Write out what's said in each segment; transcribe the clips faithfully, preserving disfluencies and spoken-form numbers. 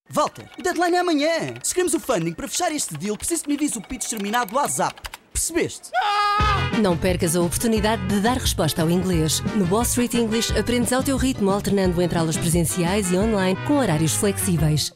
Walter, o deadline é amanhã. Se queremos o funding para fechar este deal, preciso que me envies o pitch terminado do WhatsApp. Percebeste? Não percas a oportunidade de dar resposta ao inglês. No Wall Street English aprendes ao teu ritmo, alternando entre aulas presenciais e online com horários flexíveis.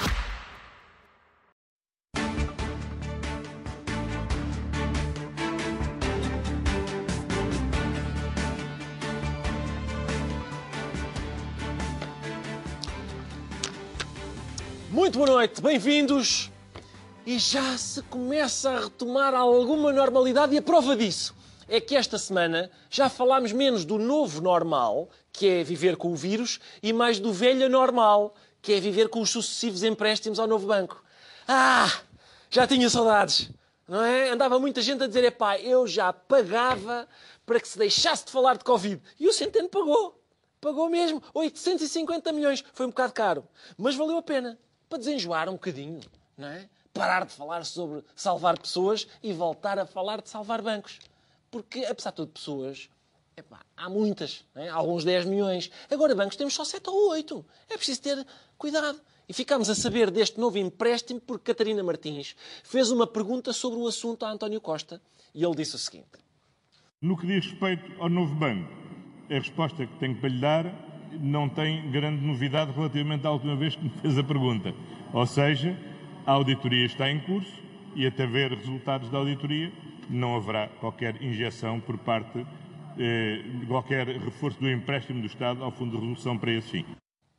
Muito boa noite, bem-vindos! E já se começa a retomar alguma normalidade e a prova disso é que esta semana já falámos menos do novo normal, que é viver com o vírus, e mais do velho normal, que é viver com os sucessivos empréstimos ao novo banco. Ah, já tinha saudades, não é? Andava muita gente a dizer, epá, eu já pagava para que se deixasse de falar de Covid. E o Centeno pagou, pagou mesmo, oitocentos e cinquenta milhões. Foi um bocado caro, mas valeu a pena, para desenjoar um bocadinho, não é? Parar de falar sobre salvar pessoas e voltar a falar de salvar bancos. Porque, apesar de tudo, pessoas, epá, há muitas, não é? Alguns dez milhões. Agora, bancos temos só sete ou oito. É preciso ter cuidado. E ficámos a saber deste novo empréstimo porque Catarina Martins fez uma pergunta sobre o assunto a António Costa e ele disse o seguinte. No que diz respeito ao novo banco, a resposta que tenho para lhe dar não tem grande novidade relativamente à última vez que me fez a pergunta. Ou seja, a auditoria está em curso e até ver resultados da auditoria não haverá qualquer injeção por parte, eh, qualquer reforço do empréstimo do Estado ao Fundo de Resolução para esse fim.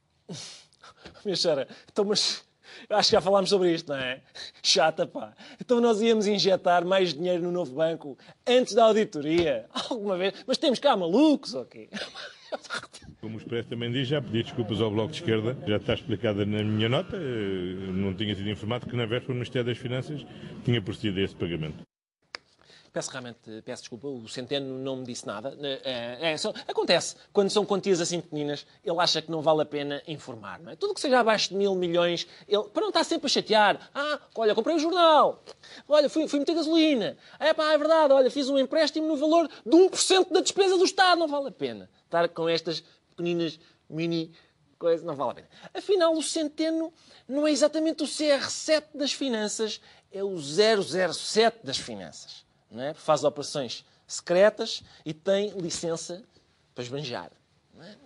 Minha senhora, então mas acho que já falámos sobre isto, não é? Chata, pá. Então nós íamos injetar mais dinheiro no novo banco antes da auditoria. Alguma vez? Mas temos cá malucos, ok? Como o Expresso também diz, já pedi desculpas ao Bloco de Esquerda, já está explicada na minha nota, não tinha sido informado que na véspera o Ministério das Finanças tinha procedido a esse pagamento. Peço realmente, peço desculpa, o Centeno não me disse nada. É, é, só, acontece, quando são quantias assim pequeninas, ele acha que não vale a pena informar, não é? Tudo que seja abaixo de mil milhões, ele, para não estar sempre a chatear, ah, olha, comprei um jornal, olha, fui, fui meter gasolina, é pá, é verdade, olha, fiz um empréstimo no valor de um por cento da despesa do Estado, não vale a pena estar com estas pequeninas mini coisas, não vale a pena. Afinal, o Centeno não é exatamente o C R sete das finanças, é o zero zero sete das finanças. Não é? Faz operações secretas e tem licença para esbanjar. Não é?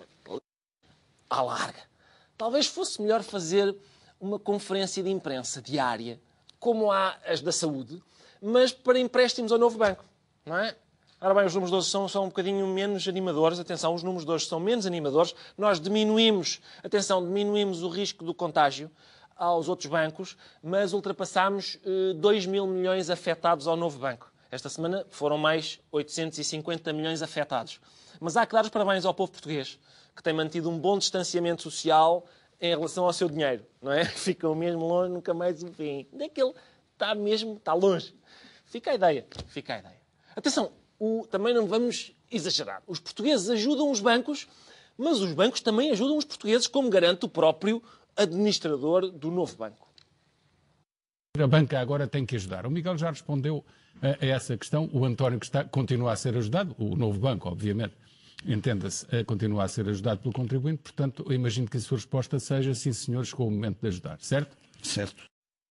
À larga. Talvez fosse melhor fazer uma conferência de imprensa diária, como há as da saúde, mas para empréstimos ao novo banco. Não é? Ora bem, os números de hoje são, são um bocadinho menos animadores. Atenção, os números de hoje são menos animadores. Nós diminuímos, atenção, diminuímos o risco do contágio aos outros bancos, mas ultrapassámos eh, dois mil milhões afetados ao novo banco. Esta semana foram mais oitocentos e cinquenta milhões afetados. Mas há que dar os parabéns ao povo português, que tem mantido um bom distanciamento social em relação ao seu dinheiro. Não é? Ficam mesmo longe, nunca mais o fim. Onde é que ele está mesmo? Está longe. Fica a ideia. Fica a ideia. Atenção, o, também não vamos exagerar. Os portugueses ajudam os bancos, mas os bancos também ajudam os portugueses, como garante o próprio administrador do novo banco. A banca agora tem que ajudar. O Miguel já respondeu a, a essa questão. O António que está, continua a ser ajudado, o novo banco, obviamente, entenda-se, continua a ser ajudado pelo contribuinte. Portanto, eu imagino que a sua resposta seja sim, senhores, chegou o momento de ajudar. Certo? Certo.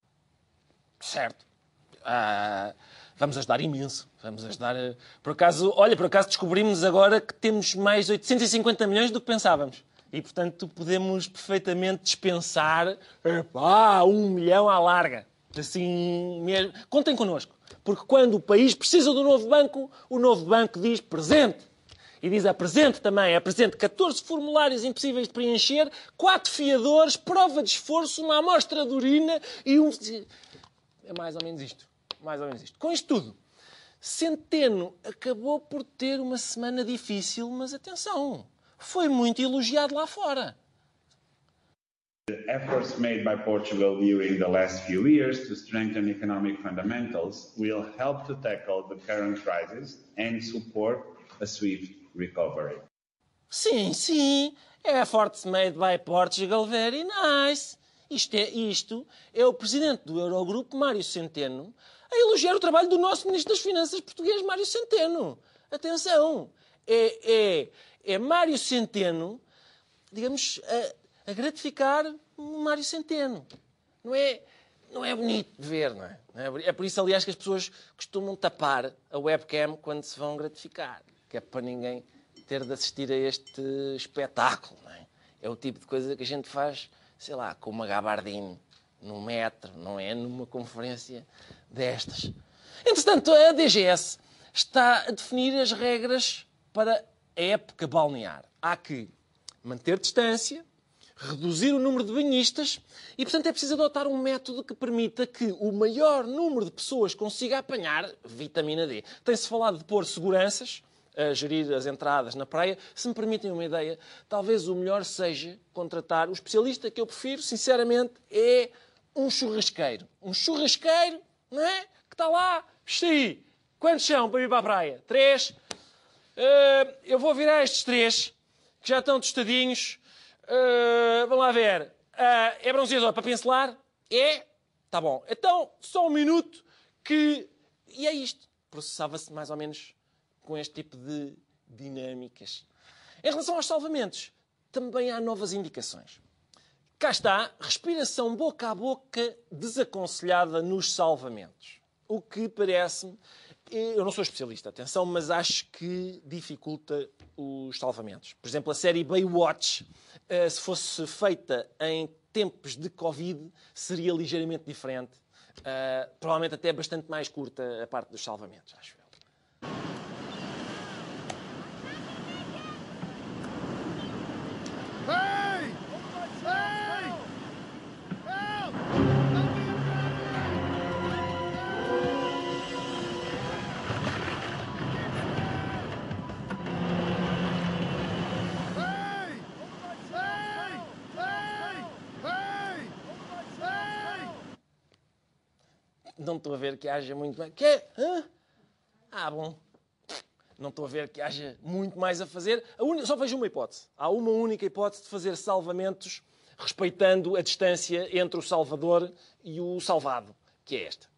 Certo. Ah, vamos ajudar imenso. Vamos ajudar... Por acaso, olha, por acaso descobrimos agora que temos mais oitocentos e cinquenta milhões do que pensávamos. E, portanto, podemos perfeitamente dispensar epá, um milhão à larga. Assim mesmo. Contem connosco. Porque quando o país precisa do novo banco, o novo banco diz presente. E diz apresente também. Apresente catorze formulários impossíveis de preencher, quatro fiadores, prova de esforço, uma amostra de urina e um... É mais ou menos isto. Mais ou menos isto. Com isto tudo, Centeno acabou por ter uma semana difícil, mas atenção, foi muito elogiado lá fora. The efforts made by Portugal during the last few years to strengthen economic fundamentals will help to tackle the current crisis and support a swift recovery. Sim, sim. Efforts made by Portugal, very nice. Isto é, isto é o presidente do Eurogrupo, Mário Centeno, a elogiar o trabalho do nosso ministro das Finanças português, Mário Centeno. Atenção. É, é, é Mário Centeno, digamos... A, a gratificar o Mário Centeno. Não é, não é bonito de ver, não é? É por isso, aliás, que as pessoas costumam tapar a webcam quando se vão gratificar, que é para ninguém ter de assistir a este espetáculo, não é? É o tipo de coisa que a gente faz, sei lá, com uma gabardine no metro, não é? Numa conferência destas. Entretanto, a D G S está a definir as regras para a época balnear. Há que manter distância, reduzir o número de banhistas e, portanto, é preciso adotar um método que permita que o maior número de pessoas consiga apanhar vitamina D. Tem-se falado de pôr seguranças a gerir as entradas na praia. Se me permitem uma ideia, talvez o melhor seja contratar o especialista que eu prefiro, sinceramente, é um churrasqueiro. Um churrasqueiro, não é? Que está lá, vesti. Quantos são para ir para a praia? Três? Uh, eu vou virar estes três, que já estão tostadinhos. Uh, vamos lá ver. Uh, é bronzeador para pincelar? É? Tá bom. Então, só um minuto que... E é isto. Processava-se mais ou menos com este tipo de dinâmicas. Em relação aos salvamentos, também há novas indicações. Cá está, respiração boca a boca desaconselhada nos salvamentos. O que parece-me... Eu não sou especialista, atenção, mas acho que dificulta os salvamentos. Por exemplo, a série Baywatch, se fosse feita em tempos de Covid, seria ligeiramente diferente. Provavelmente até bastante mais curta a parte dos salvamentos, acho eu. Não estou a ver que haja muito mais... Quê? Hã? Ah, bom. Não estou a ver que haja muito mais a fazer. A un... Só vejo uma hipótese. Há uma única hipótese de fazer salvamentos respeitando a distância entre o salvador e o salvado, que é esta.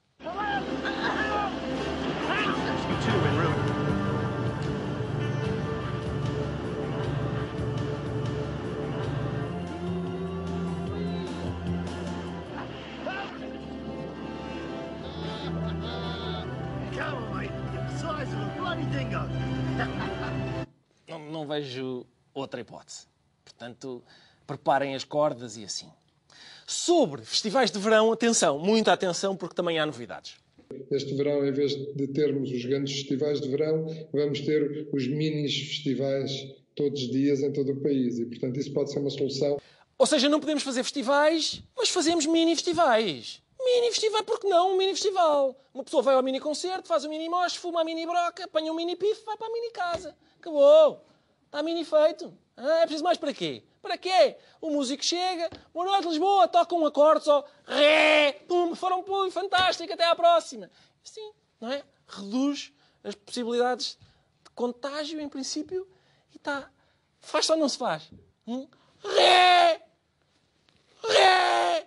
Não, não vejo outra hipótese. Portanto, preparem as cordas e assim. Sobre festivais de verão, atenção, muita atenção, porque também há novidades. Este verão, em vez de termos os grandes festivais de verão, vamos ter os minis festivais todos os dias em todo o país. E, portanto, isso pode ser uma solução. Ou seja, não podemos fazer festivais, mas fazemos mini festivais. Mini festival, porque não? Um mini festival. Uma pessoa vai ao mini concerto, faz um mini mosh, fuma a mini broca, apanha um mini pif, vai para a mini casa. Acabou. Está mini feito. Ah, é preciso mais para quê? Para quê? O músico chega, boa noite Lisboa, toca um acorde só, ré, pum, foram pum, fantástico, até à próxima. Assim, não é? Reduz as possibilidades de contágio, em princípio, e está. Faz ou não se faz? Hum? Ré! Ré!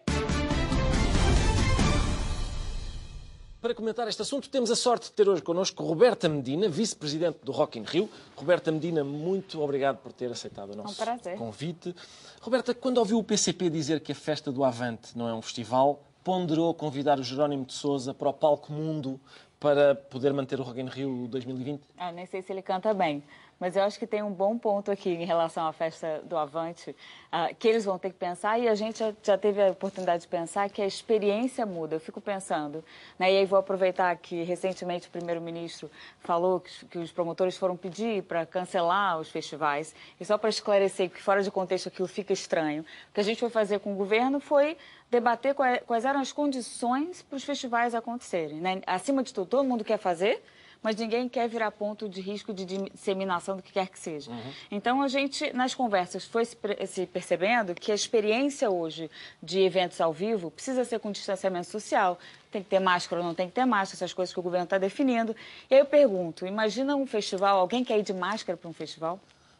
Para comentar este assunto, temos a sorte de ter hoje connosco Roberta Medina, vice-presidente do Rock in Rio. Roberta Medina, muito obrigado por ter aceitado o nosso um convite. Roberta, quando ouviu o P C P dizer que a Festa do Avante não é um festival, ponderou convidar o Jerónimo de Sousa para o palco mundo para poder manter o Rock in Rio dois mil e vinte? Ah, nem sei se ele canta bem, mas eu acho que tem um bom ponto aqui em relação à Festa do Avante, uh, que eles vão ter que pensar, e a gente já, já teve a oportunidade de pensar que a experiência muda. Eu fico pensando, né, e aí vou aproveitar que recentemente o primeiro-ministro falou que, que os promotores foram pedir para cancelar os festivais, e só para esclarecer que fora de contexto aquilo fica estranho, o que a gente foi fazer com o governo foi debater quais eram as condições para os festivais acontecerem, né? Acima de tudo, todo mundo quer fazer, mas ninguém quer virar ponto de risco de disseminação do que quer que seja. Uhum. Então, a gente, nas conversas, foi se percebendo que a experiência hoje de eventos ao vivo precisa ser com distanciamento social. Tem que ter máscara ou não tem que ter máscara, essas coisas que o governo está definindo. E aí eu pergunto, imagina um festival, alguém quer ir de máscara para um festival?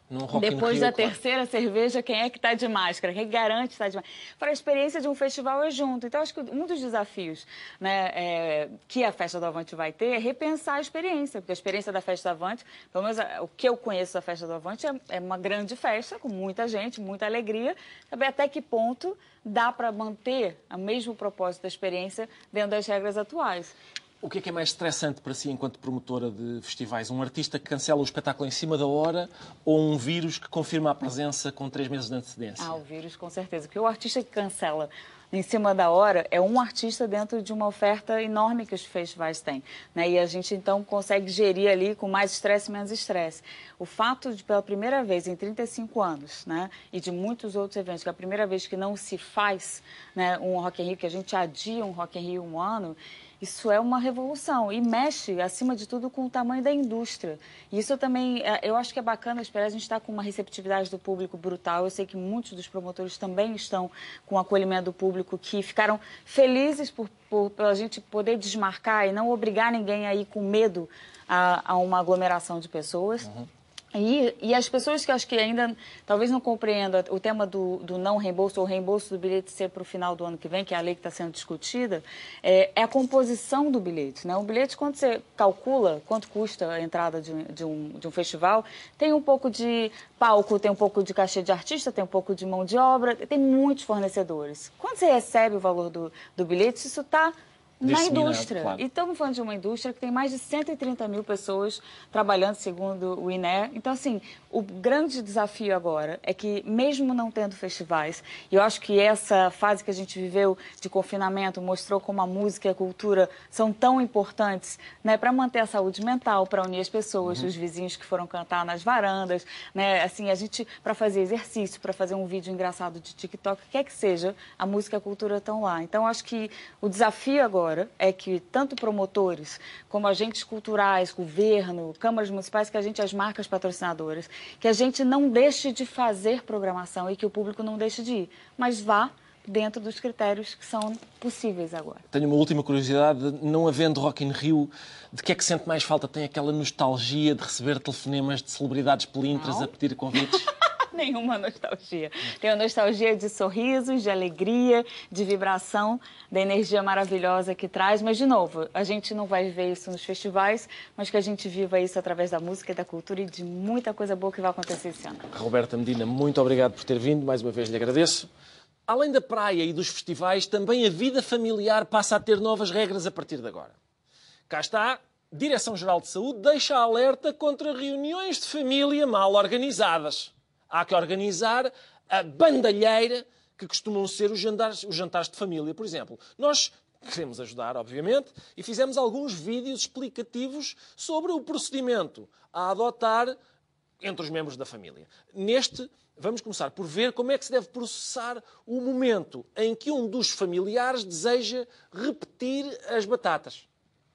num Rock in Depois Rio, da claro. terceira cerveja, quem é que está de máscara? Quem garante estar de máscara? Para a experiência de um festival é junto. Então, acho que um dos desafios, né, é, que a Festa do Avante vai ter é repensar a experiência, porque a experiência da Festa do Avante, pelo menos o que eu conheço da Festa do Avante, é, é uma grande festa, com muita gente, muita alegria. Saber até que ponto dá para manter o mesmo propósito da experiência dentro das regras atuais. O que é que é mais estressante para si enquanto promotora de festivais? Um artista que cancela o espetáculo em cima da hora ou um vírus que confirma a presença com três meses de antecedência? Ah, o vírus, com certeza. Porque o artista que cancela em cima da hora é um artista dentro de uma oferta enorme que os festivais têm, né? E a gente, então, consegue gerir ali com mais estresse, menos estresse. O fato de, pela primeira vez em trinta e cinco anos, né, e de muitos outros eventos, que é a primeira vez que não se faz, né, um Rock in Rio, que a gente adia um Rock in Rio um ano, isso é uma revolução e mexe, acima de tudo, com o tamanho da indústria. E isso também, eu acho que é bacana esperar. A gente está com uma receptividade do público brutal. Eu sei que muitos dos promotores também estão com o acolhimento do público, que ficaram felizes por, por, por a gente poder desmarcar e não obrigar ninguém a ir com medo a, a uma aglomeração de pessoas. Uhum. E, e as pessoas que acho que ainda talvez não compreendam o tema do, do não reembolso ou reembolso do bilhete ser para o final do ano que vem, que é a lei que está sendo discutida, é, é a composição do bilhete, né? O bilhete, quando você calcula quanto custa a entrada de, de, um, de um festival, tem um pouco de palco, tem um pouco de cachê de artista, tem um pouco de mão de obra, tem muitos fornecedores. Quando você recebe o valor do, do bilhete, isso está na indústria. Claro. E estamos falando de uma indústria que tem mais de cento e trinta mil pessoas trabalhando, segundo o I N E. Então, assim, o grande desafio agora é que, mesmo não tendo festivais, e eu acho que essa fase que a gente viveu de confinamento mostrou como a música e a cultura são tão importantes, né, para manter a saúde mental, para unir as pessoas, uhum. os vizinhos que foram cantar nas varandas, né, assim, a gente, para fazer exercício, para fazer um vídeo engraçado de TikTok, o que quer que seja, a música e a cultura estão lá. Então, acho que o desafio agora é que tanto promotores como agentes culturais, governo, câmaras municipais, que a gente, as marcas patrocinadoras, que a gente não deixe de fazer programação e que o público não deixe de ir, mas vá dentro dos critérios que são possíveis agora. Tenho uma última curiosidade, não havendo Rock in Rio, de que é que sente mais falta? Tem aquela nostalgia de receber telefonemas de celebridades pelintras não. a pedir convites? Nenhuma nostalgia. Tenho nostalgia de sorrisos, de alegria, de vibração, da energia maravilhosa que traz. Mas, de novo, a gente não vai viver isso nos festivais, mas que a gente viva isso através da música e da cultura e de muita coisa boa que vai acontecer esse ano. Roberta Medina, muito obrigado por ter vindo. Mais uma vez lhe agradeço. Além da praia e dos festivais, também a vida familiar passa a ter novas regras a partir de agora. Cá está, Direção-Geral de Saúde deixa alerta contra reuniões de família mal organizadas. Há que organizar a bandalheira que costumam ser os jantares, os jantares de família, por exemplo. Nós queremos ajudar, obviamente, e fizemos alguns vídeos explicativos sobre o procedimento a adotar entre os membros da família. Neste, vamos começar por ver como é que se deve processar o momento em que um dos familiares deseja repetir as batatas.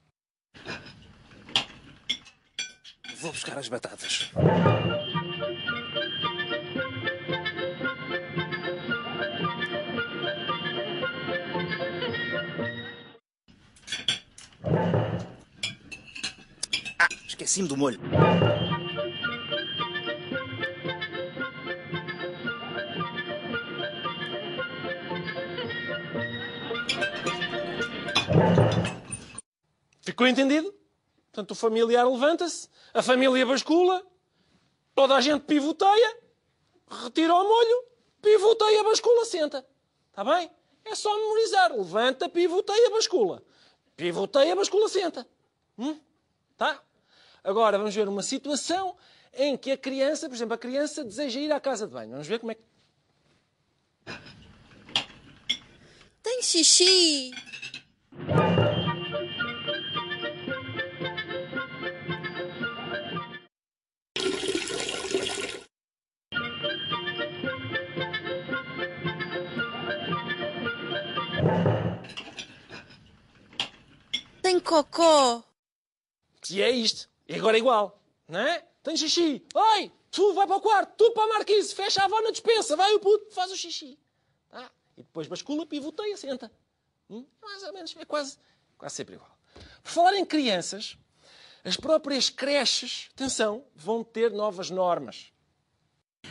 Vou buscar as batatas. Ah, esqueci-me do molho. Ficou entendido? Portanto, o familiar levanta-se, a família bascula, toda a gente pivoteia, retira o molho, pivoteia, bascula, senta. Está bem? É só memorizar. Levanta, pivoteia, bascula. Pivoteia, bascula, senta. Hum? Tá? Agora vamos ver uma situação em que a criança, por exemplo, a criança deseja ir à casa de banho. Vamos ver como é que... Tem xixi. Tem cocô. Que é isto? E agora é igual, não é? Tem xixi. Oi, tu vai para o quarto, tu para a marquise, fecha a avó na despensa, vai o puto, faz o xixi. Tá? E depois bascula, pivoteia, senta. Hum? Mais ou menos, é quase, quase sempre igual. Por falar em crianças, as próprias creches, atenção, vão ter novas normas.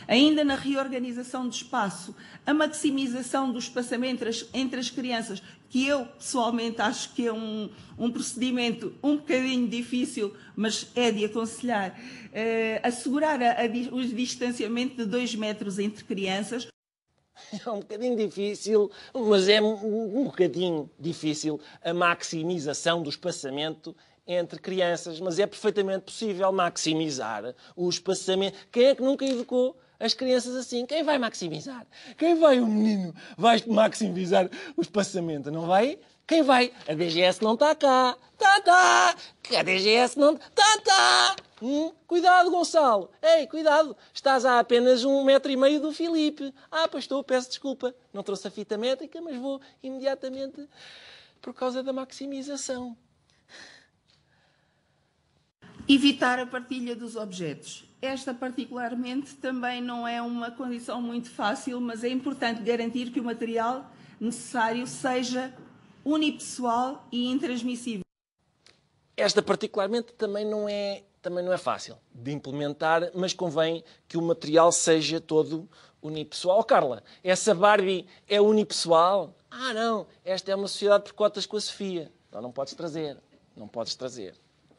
Ainda na reorganização do espaço, a maximização do espaçamento entre as, entre as crianças, que eu pessoalmente acho que é um, um procedimento um bocadinho difícil, mas é de aconselhar, uh, assegurar a, a, o distanciamento de dois metros entre crianças. É um bocadinho difícil, mas é um, um bocadinho difícil a maximização do espaçamento entre crianças, mas é perfeitamente possível maximizar o espaçamento. Quem é que nunca educou as crianças assim? Quem vai maximizar? Quem vai, o menino? Vai maximizar o espaçamento, não vai? Quem vai? A D G S não está cá. Tá, tá. A D G S não... Tá, tá. Hum? Cuidado, Gonçalo. Ei, cuidado. Estás a apenas um metro e meio do Filipe. Ah, pois estou, peço desculpa. Não trouxe a fita métrica, mas vou imediatamente por causa da maximização. Evitar a partilha dos objetos. Esta, particularmente, também não é uma condição muito fácil, mas é importante garantir que o material necessário seja unipessoal e intransmissível. Esta, particularmente, também não é, também não é fácil de implementar, mas convém que o material seja todo unipessoal. Oh, Carla, essa Barbie é unipessoal? Ah, não, esta é uma sociedade por cotas com a Sofia. Não, não podes trazer, não podes trazer.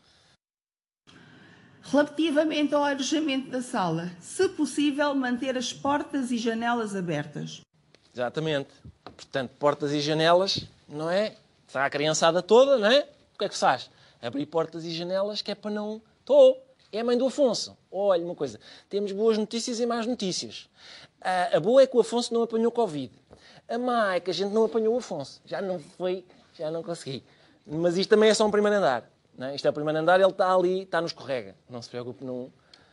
Relativamente ao alojamento da sala, se possível, manter as portas e janelas abertas. Exatamente. Portanto, portas e janelas, não é? Está a criançada toda, não é? O que é que se faz? Abrir portas e janelas, que é para não... Estou. É a mãe do Afonso. Olha, uma coisa. Temos boas notícias e más notícias. A, a boa é que o Afonso não apanhou Covid. A má é que a gente não apanhou o Afonso. Já não foi, já não consegui. Mas isto também é só um primeiro andar. Não é? Isto é o primeiro andar, ele está ali, está no escorrega. Não se preocupe, não...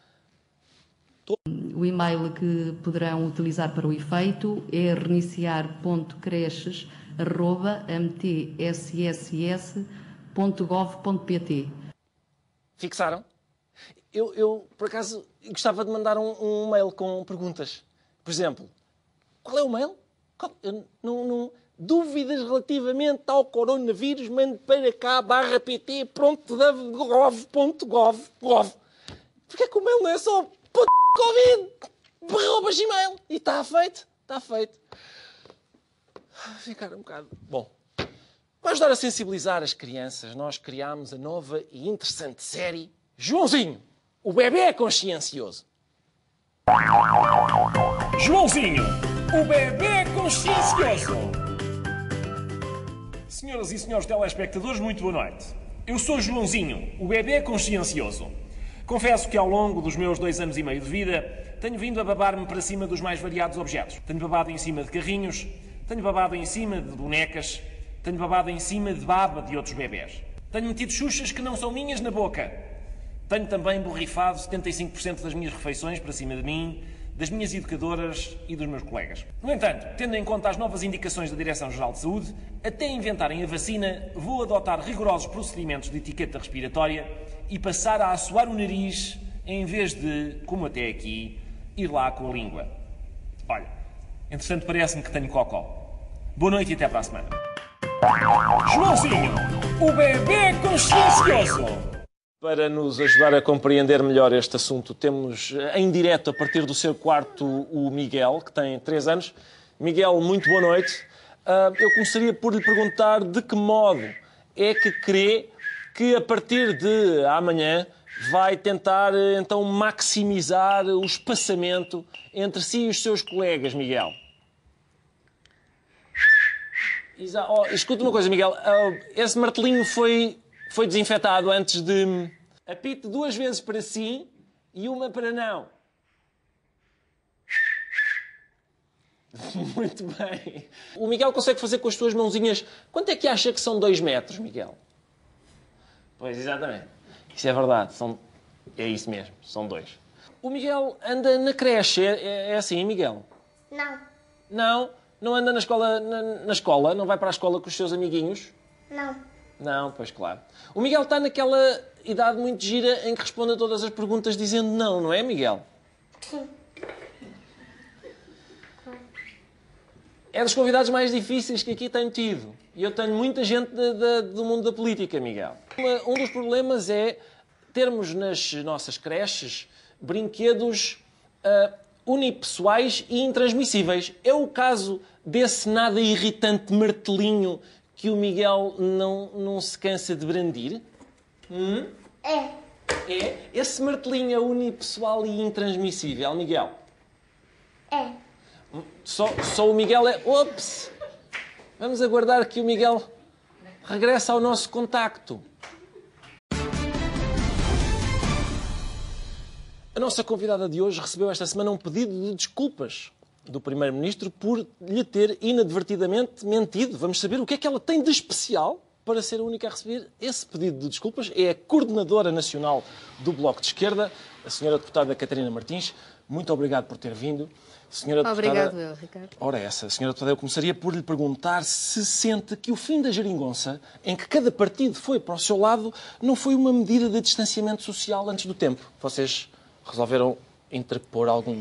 O e-mail que poderão utilizar para o efeito é reiniciar ponto creches arroba m t s s s ponto gov ponto p t. Fixaram? Eu, eu, por acaso, gostava de mandar um, um mail com perguntas. Por exemplo, qual é o mail? Qual? Eu, não, não... Dúvidas relativamente ao coronavírus, mande para cá, barra pt, pronto, gov ponto gov. Porquê é que o mail não é só p*** Covid, arroba gmail? E está feito, está feito. Ficar um bocado... Bom, para ajudar a sensibilizar as crianças, nós criámos a nova e interessante série Joãozinho, o bebê consciencioso. Joãozinho, o bebê consciencioso. Senhoras e senhores telespectadores, muito boa noite. Eu sou Joãozinho, o bebê consciencioso. Confesso que ao longo dos meus dois anos e meio de vida tenho vindo a babar-me para cima dos mais variados objetos. Tenho babado em cima de carrinhos, tenho babado em cima de bonecas, tenho babado em cima de baba de outros bebés. Tenho metido xuxas que não são minhas na boca. Tenho também borrifado setenta e cinco por cento das minhas refeições para cima de mim, das minhas educadoras e dos meus colegas. No entanto, tendo em conta as novas indicações da Direção-Geral de Saúde, até inventarem a vacina, vou adotar rigorosos procedimentos de etiqueta respiratória e passar a assoar o nariz em vez de, como até aqui, ir lá com a língua. Olha, entretanto parece-me que tenho cocó. Boa noite e até para a semana. Joãozinho, o bebê consciencioso. Para nos ajudar a compreender melhor este assunto, temos em direto, a partir do seu quarto, o Miguel, que tem três anos. Miguel, muito boa noite. Uh, eu começaria por lhe perguntar de que modo é que crê que, a partir de amanhã, vai tentar, então, maximizar o espaçamento entre si e os seus colegas, Miguel. Exa- oh, escuta uma coisa, Miguel. Uh, esse martelinho foi... Foi desinfetado antes de... Apite duas vezes para sim e uma para não. Muito bem. O Miguel consegue fazer com as suas mãozinhas... Quanto é que acha que são dois metros, Miguel? Pois, exatamente. Isso é verdade. São... É isso mesmo. São dois. O Miguel anda na creche. É, é assim, Miguel? Não. Não? Não anda na escola, na, na escola? Não vai para a escola com os seus amiguinhos? Não. Não, pois claro. O Miguel está naquela idade muito gira em que responde a todas as perguntas dizendo não, não é, Miguel? Sim. É dos convidados mais difíceis que aqui tenho tido. E eu tenho muita gente de, de, do mundo da política, Miguel. Um dos problemas é termos nas nossas creches brinquedos uh, unipessoais e intransmissíveis. É o caso desse nada irritante martelinho que o Miguel não, não se cansa de brandir? Hum? É. É? Esse martelinho é unipessoal e intransmissível, Miguel? É. Só, só o Miguel é... Ops! Vamos aguardar que o Miguel regresse ao nosso contacto. A nossa convidada de hoje recebeu esta semana um pedido de desculpas do Primeiro-Ministro por lhe ter inadvertidamente mentido. Vamos saber o que é que ela tem de especial para ser a única a receber esse pedido de desculpas. É a Coordenadora Nacional do Bloco de Esquerda, a senhora deputada Catarina Martins. Muito obrigado por ter vindo. Senhora deputada... Obrigado eu, Ricardo. Ora essa, senhora deputada, eu começaria por lhe perguntar se sente que o fim da geringonça, em que cada partido foi para o seu lado, não foi uma medida de distanciamento social antes do tempo. Vocês resolveram interpor algum...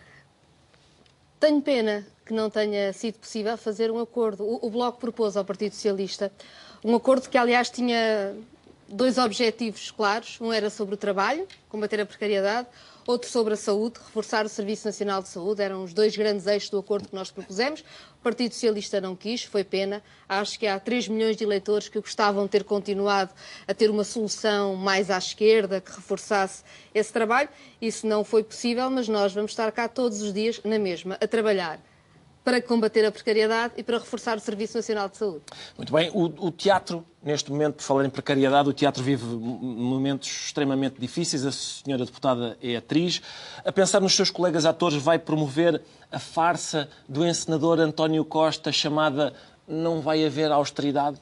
Tenho pena que não tenha sido possível fazer um acordo. O, o Bloco propôs ao Partido Socialista um acordo que, aliás, tinha dois objetivos claros. Um era sobre o trabalho, combater a precariedade, outro sobre a saúde, reforçar o Serviço Nacional de Saúde. Eram os dois grandes eixos do acordo que nós propusemos. O Partido Socialista não quis, foi pena. Acho que há três milhões de eleitores que gostavam de ter continuado a ter uma solução mais à esquerda, que reforçasse esse trabalho. Isso não foi possível, mas nós vamos estar cá todos os dias, na mesma, a trabalhar para combater a precariedade e para reforçar o Serviço Nacional de Saúde. Muito bem. O, o teatro, neste momento, por falar em precariedade, o teatro vive momentos extremamente difíceis. A senhora deputada é atriz. A pensar nos seus colegas atores, vai promover a farsa do encenador António Costa chamada Não Vai Haver Austeridade?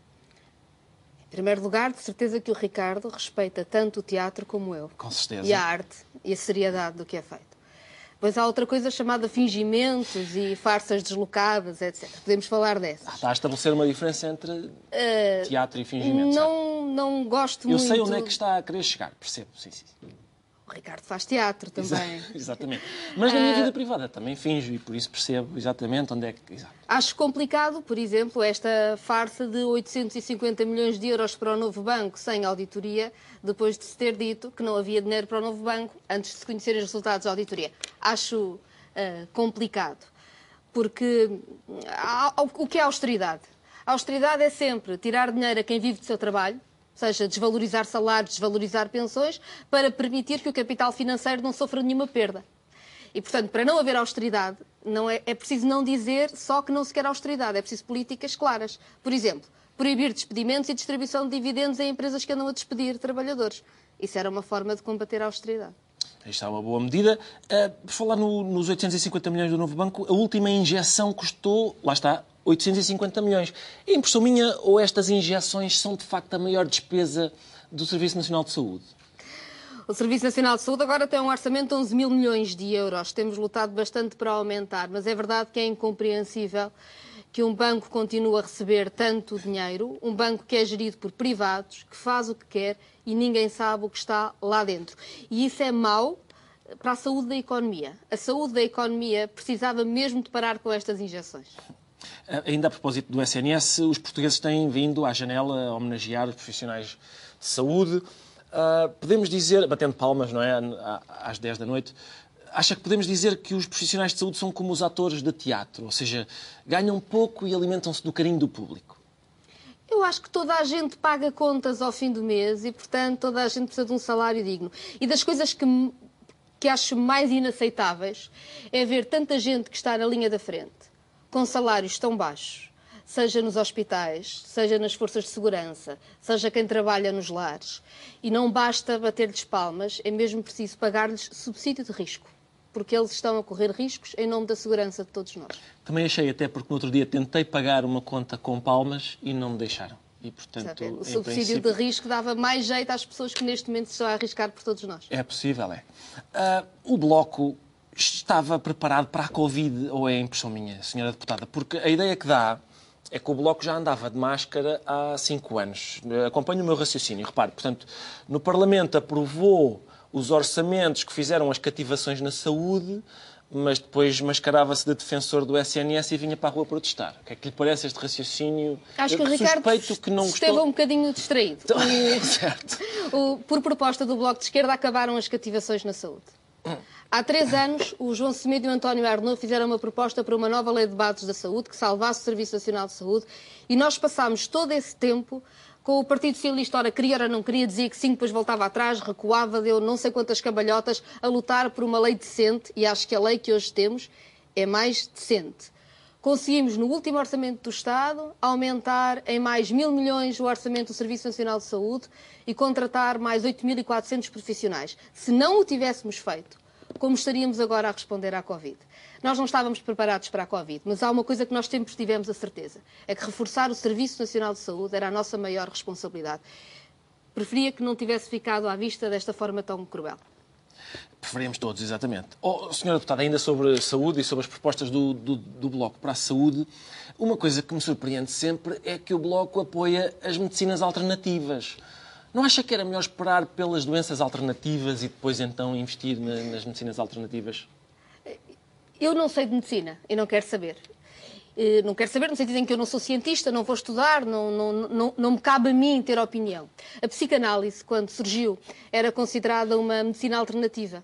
Em primeiro lugar, de certeza que o Ricardo respeita tanto o teatro como eu. Com certeza. E a arte e a seriedade do que é feito. Pois há outra coisa chamada fingimentos e farsas deslocadas, etcétera. Podemos falar dessas. Ah, está a estabelecer uma diferença entre uh, teatro e fingimento. Não, não gosto Eu muito... Eu sei onde é que está a querer chegar, percebo. Sim, sim. O Ricardo faz teatro também. Exatamente. Mas na minha vida privada também finjo e por isso percebo exatamente onde é que... Exato. Acho complicado, por exemplo, esta farsa de oitocentos e cinquenta milhões de euros para o novo banco sem auditoria, depois de se ter dito que não havia dinheiro para o novo banco antes de se conhecerem os resultados da auditoria. Acho uh, complicado, porque uh, o que é austeridade? A austeridade é sempre tirar dinheiro a quem vive do seu trabalho, ou seja, desvalorizar salários, desvalorizar pensões, para permitir que o capital financeiro não sofra nenhuma perda. E, portanto, para não haver austeridade, não é, é preciso não dizer só que não se quer austeridade, é preciso políticas claras. Por exemplo, proibir despedimentos e distribuição de dividendos em empresas que andam a despedir trabalhadores. Isso era uma forma de combater a austeridade. Aí está uma boa medida. Uh, por falar no, nos oitocentos e cinquenta milhões do novo banco, a última injeção custou, lá está, oitocentos e cinquenta milhões. É impressão minha ou estas injeções são, de facto, a maior despesa do Serviço Nacional de Saúde? O Serviço Nacional de Saúde agora tem um orçamento de onze mil milhões de euros. Temos lutado bastante para aumentar, mas é verdade que é incompreensível que um banco continue a receber tanto dinheiro, um banco que é gerido por privados, que faz o que quer e ninguém sabe o que está lá dentro. E isso é mau para a saúde da economia. A saúde da economia precisava mesmo de parar com estas injeções. Ainda a propósito do S N S, os portugueses têm vindo à janela a homenagear os profissionais de saúde. Uh, podemos dizer, batendo palmas, não é, às dez da noite, acha que podemos dizer que os profissionais de saúde são como os atores de teatro, ou seja, ganham pouco e alimentam-se do carinho do público? Eu acho que toda a gente paga contas ao fim do mês e, portanto, toda a gente precisa de um salário digno. E das coisas que, que acho mais inaceitáveis é ver tanta gente que está na linha da frente, com salários tão baixos, seja nos hospitais, seja nas forças de segurança, seja quem trabalha nos lares. E não basta bater-lhes palmas, é mesmo preciso pagar-lhes subsídio de risco, porque eles estão a correr riscos em nome da segurança de todos nós. Também achei, até porque no outro dia tentei pagar uma conta com palmas e não me deixaram. E, portanto, o subsídio princípio... de risco dava mais jeito às pessoas que neste momento se estão a arriscar por todos nós. É possível, é. Uh, o Bloco estava preparado para a Covid, ou é a impressão minha, senhora deputada? Porque a ideia que dá é que o Bloco já andava de máscara há cinco anos. Acompanhe o meu raciocínio. Repare, portanto, no Parlamento aprovou os orçamentos que fizeram as cativações na saúde, mas depois mascarava-se de defensor do S N S e vinha para a rua protestar. O que é que lhe parece este raciocínio? Acho que o Ricardo que não esteve gostou... um bocadinho distraído. O, certo. O, por proposta do Bloco de Esquerda, acabaram as cativações na saúde. Há três anos, o João Semedo e o António Arnaud fizeram uma proposta para uma nova lei de bases da saúde que salvasse o Serviço Nacional de Saúde e nós passámos todo esse tempo com o Partido Socialista, ora queria, ora não queria, dizia que sim, depois voltava atrás, recuava, deu não sei quantas cambalhotas a lutar por uma lei decente e acho que a lei que hoje temos é mais decente. Conseguimos, no último Orçamento do Estado, aumentar em mais mil milhões o orçamento do Serviço Nacional de Saúde e contratar mais oito mil e quatrocentos profissionais. Se não o tivéssemos feito, como estaríamos agora a responder à Covid? Nós não estávamos preparados para a Covid, mas há uma coisa que nós sempre tivemos a certeza, é que reforçar o Serviço Nacional de Saúde era a nossa maior responsabilidade. Preferia que não tivesse ficado à vista desta forma tão cruel. Preferimos todos, exatamente. Oh, senhora Deputada, ainda sobre saúde e sobre as propostas do, do, do Bloco para a saúde, uma coisa que me surpreende sempre é que o Bloco apoia as medicinas alternativas. Não acha que era melhor esperar pelas doenças alternativas e depois então investir na, nas medicinas alternativas? Eu não sei de medicina e não quero saber. Não quero saber no sentido em que eu não sou cientista, não vou estudar, não, não, não, não me cabe a mim ter opinião. A psicanálise, quando surgiu, era considerada uma medicina alternativa.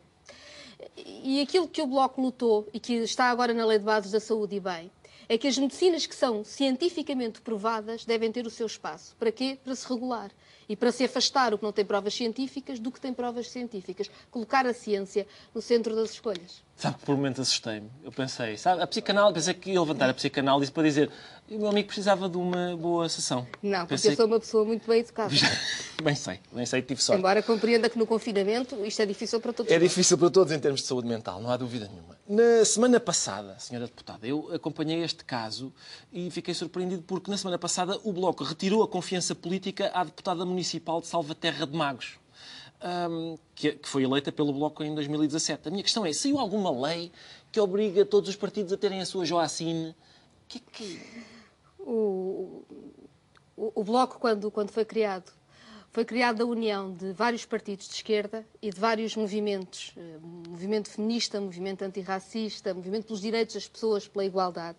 E aquilo que o Bloco lutou e que está agora na Lei de Bases da Saúde e bem, é que as medicinas que são cientificamente provadas devem ter o seu espaço. Para quê? Para se regular. E para se afastar o que não tem provas científicas do que tem provas científicas. Colocar a ciência no centro das escolhas. Sabe que por um momento assustei-me. Eu pensei, sabe, a psicanálise, pensei que ia levantar a psicanálise para dizer o meu amigo precisava de uma boa sessão. Não, porque pensei... eu sou uma pessoa muito bem educada. Bem sei, bem sei, tive sorte. Embora compreenda que no confinamento isto é difícil para todos. É difícil para todos em termos de saúde mental, não há dúvida nenhuma. Na semana passada, senhora Deputada, eu acompanhei este caso e fiquei surpreendido porque na semana passada o Bloco retirou a confiança política à deputada municipal de Salvaterra de Magos. Um, que, que foi eleita pelo Bloco em dois mil e dezassete. A minha questão é, saiu alguma lei que obriga todos os partidos a terem a sua Joacine? Que é que... O, o, o Bloco, quando, quando foi criado, foi criado da união de vários partidos de esquerda e de vários movimentos. Movimento feminista, movimento antirracista, movimento pelos direitos das pessoas, pela igualdade.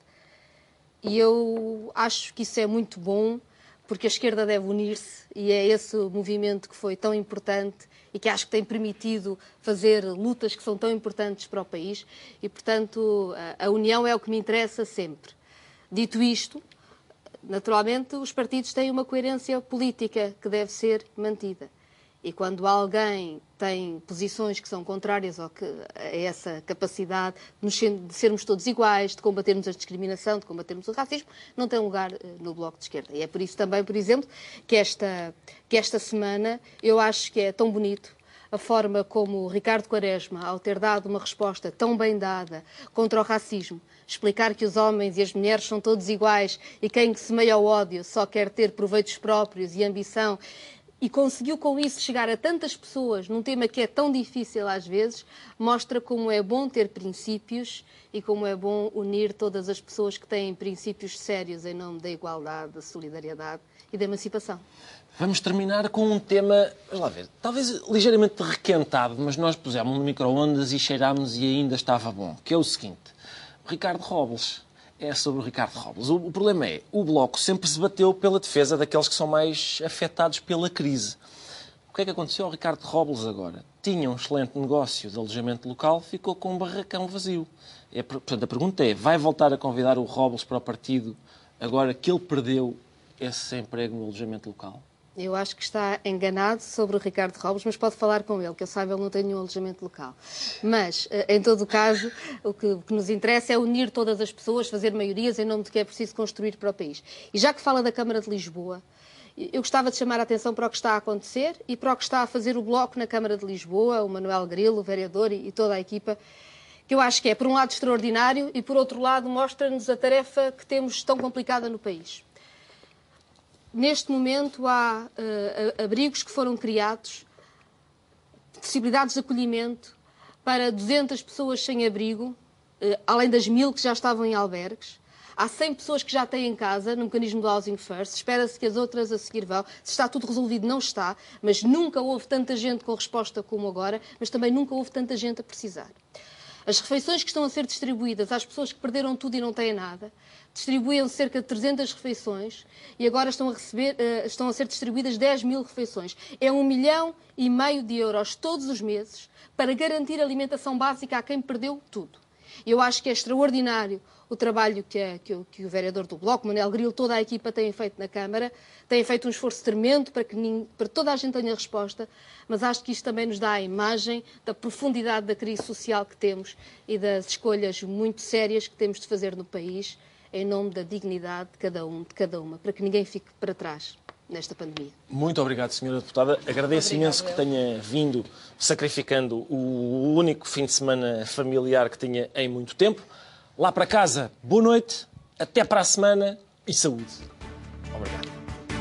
E eu acho que isso é muito bom, porque a esquerda deve unir-se e é esse o movimento que foi tão importante e que acho que tem permitido fazer lutas que são tão importantes para o país e, portanto, a união é o que me interessa sempre. Dito isto, naturalmente, os partidos têm uma coerência política que deve ser mantida. E quando alguém tem posições que são contrárias ao que, a essa capacidade de sermos todos iguais, de combatermos a discriminação, de combatermos o racismo, não tem lugar no Bloco de Esquerda. E é por isso também, por exemplo, que esta, que esta semana eu acho que é tão bonito a forma como o Ricardo Quaresma, ao ter dado uma resposta tão bem dada contra o racismo, explicar que os homens e as mulheres são todos iguais e quem semeia o ódio só quer ter proveitos próprios e ambição, e conseguiu com isso chegar a tantas pessoas num tema que é tão difícil às vezes, mostra como é bom ter princípios e como é bom unir todas as pessoas que têm princípios sérios em nome da igualdade, da solidariedade e da emancipação. Vamos terminar com um tema, vamos lá ver, talvez ligeiramente requentado, mas nós pusemos no micro-ondas e cheirámos e ainda estava bom, que é o seguinte, o Ricardo Robles. É sobre o Ricardo Robles. O, o problema é, o Bloco sempre se bateu pela defesa daqueles que são mais afetados pela crise. O que é que aconteceu ao Ricardo Robles agora? Tinha um excelente negócio de alojamento local, ficou com um barracão vazio. É, portanto, a pergunta é, vai voltar a convidar o Robles para o partido agora que ele perdeu esse emprego no alojamento local? Eu acho que está enganado sobre o Ricardo Robles, mas pode falar com ele, que eu saiba, ele não tem nenhum alojamento local. Mas, em todo o caso, o que, o que nos interessa é unir todas as pessoas, fazer maiorias em nome de que é preciso construir para o país. E já que fala da Câmara de Lisboa, eu gostava de chamar a atenção para o que está a acontecer e para o que está a fazer o Bloco na Câmara de Lisboa, o Manuel Grilo, o vereador e, e toda a equipa, que eu acho que é, por um lado, extraordinário e, por outro lado, mostra-nos a tarefa que temos tão complicada no país. Neste momento há uh, abrigos que foram criados, possibilidades de acolhimento para duzentas pessoas sem abrigo, uh, além das mil que já estavam em albergues. Há cem pessoas que já têm em casa, no mecanismo do Housing First. Espera-se que as outras a seguir vão. Se está tudo resolvido, não está. Mas nunca houve tanta gente com resposta como agora, mas também nunca houve tanta gente a precisar. As refeições que estão a ser distribuídas às pessoas que perderam tudo e não têm nada, distribuíam cerca de trezentas refeições e agora estão a, receber, uh, estão a ser distribuídas dez mil refeições. É um milhão e meio de euros todos os meses para garantir alimentação básica a quem perdeu tudo. Eu acho que é extraordinário o trabalho que, a, que, o, que o vereador do Bloco, Manel Grilo, toda a equipa têm feito na Câmara, têm feito um esforço tremendo para que ninguém, para toda a gente tenha resposta, mas acho que isto também nos dá a imagem da profundidade da crise social que temos e das escolhas muito sérias que temos de fazer no país em nome da dignidade de cada um, de cada uma, para que ninguém fique para trás nesta pandemia. Muito obrigado, senhora Deputada. Agradeço Obrigado, imenso que tenha vindo sacrificando o único fim de semana familiar que tinha em muito tempo. Lá para casa, boa noite, até para a semana e saúde. Obrigado.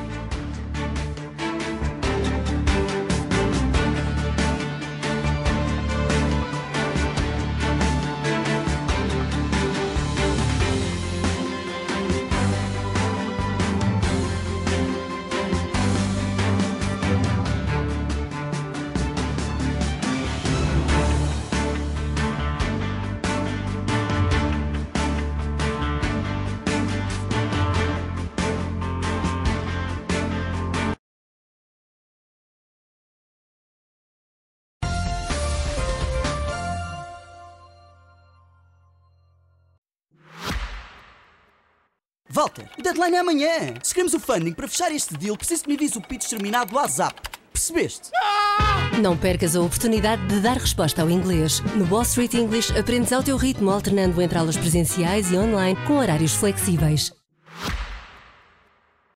Walter, o deadline é amanhã. Se queremos o funding para fechar este deal, preciso que me envies o pitch terminado do WhatsApp. Percebeste? Não percas a oportunidade de dar resposta ao inglês. No Wall Street English aprendes ao teu ritmo, alternando entre aulas presenciais e online com horários flexíveis.